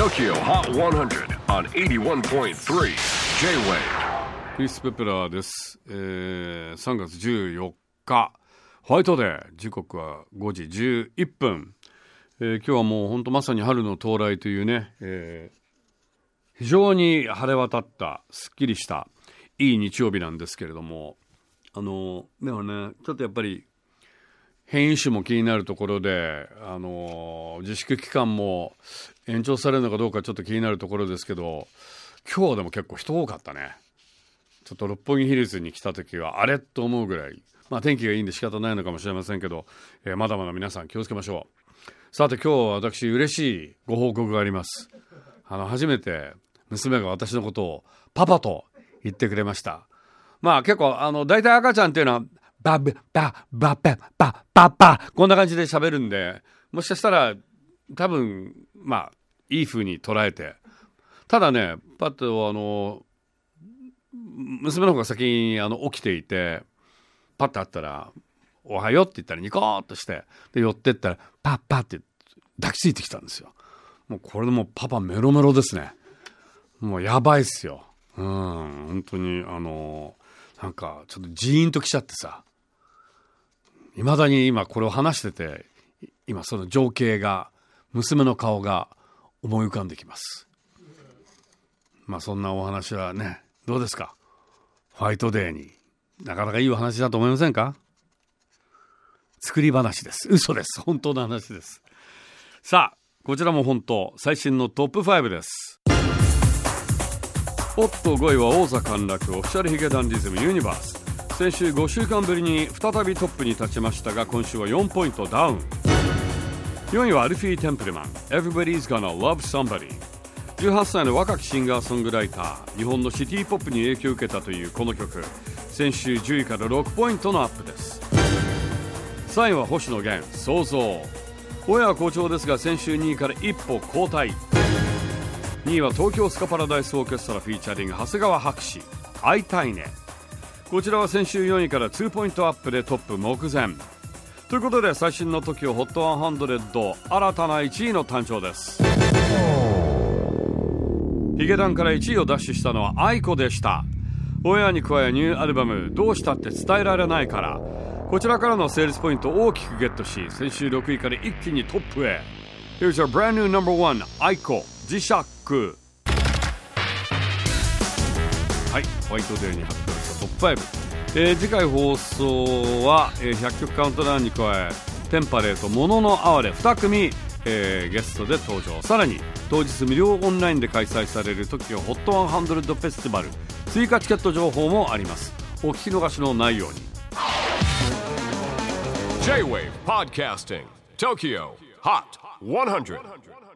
TOKYO HOT 100 on 81.3 J-WAVE クリス・ペプラーです、3月14日ホワイトデー、時刻は5時11分、今日はもう本当まさに春の到来というね、非常に晴れ渡ったすっきりしたいい日曜日なんですけれども、でもねちょっとやっぱり変異種も気になるところで、自粛期間も延長されるのかどうかちょっと気になるところですけど、今日はでも結構人多かったね。ちょっと六本木ヒルズに来た時はあれと思うぐらい、天気がいいんで仕方ないのかもしれませんけど、まだまだ皆さん気をつけましょう。さて今日は私嬉しいご報告があります。初めて娘が私のことをパパと言ってくれました。結構大体赤ちゃんっていうのはバブババババババこんな感じで喋るんで、もしかしたら多分いい風に捉えて、ただねパッと娘の方が先に起きていて、パッと会ったらおはようって言ったらニコーっとして、で寄ってったらパッパって抱きついてきたんですよ。もうこれでもうパパメロメロですね。もうやばいっすよ。本当になんかちょっとジーンときちゃってさ、未だに今これを話してて、今その情景が、娘の顔が思い浮かんできます。そんなお話はね、どうですか。ホワイトデーになかなかいいお話だと思いませんか。作り話です。嘘です。本当の話です。さあこちらも本当最新のトップ5です。おっと5位は王座陥落、オフィシャルヒゲダンディズムユニバース。先週5週間ぶりに再びトップに立ちましたが、今週は4ポイントダウン。4位はアルフィー・テンプルマン Everybody's Gonna Love Somebody。 18歳の若きシンガーソングライター、日本のシティポップに影響を受けたというこの曲、先週10位から6ポイントのアップです。3位は星野源想像。オンエア好調ですが先週2位から一歩後退。2位は東京スカパラダイスオーケストラフィーチャリング長谷川博士会いたいね。こちらは先週4位から2ポイントアップでトップ目前ということで、最新の TOKYO HOT 100新たな1位の誕生です。ヒゲダンから1位をダッシュしたのは愛子でした。オンエアに加えニューアルバムどうしたって伝えられないから、こちらからのセールスポイントを大きくゲットし、先週6位から一気にトップへ。 Here's our brand new number one 愛子磁石。はい、ホワイトデーに発表したトップ5、次回放送は、100曲カウントダウンに加えテンパレートもののあわれ2組、ゲストで登場。さらに当日無料オンラインで開催される TOKYO HOT 100フェスティバル追加チケット情報もあります。お聞き逃しのないように。 J-WAVE PODCASTING TOKYO HOT 100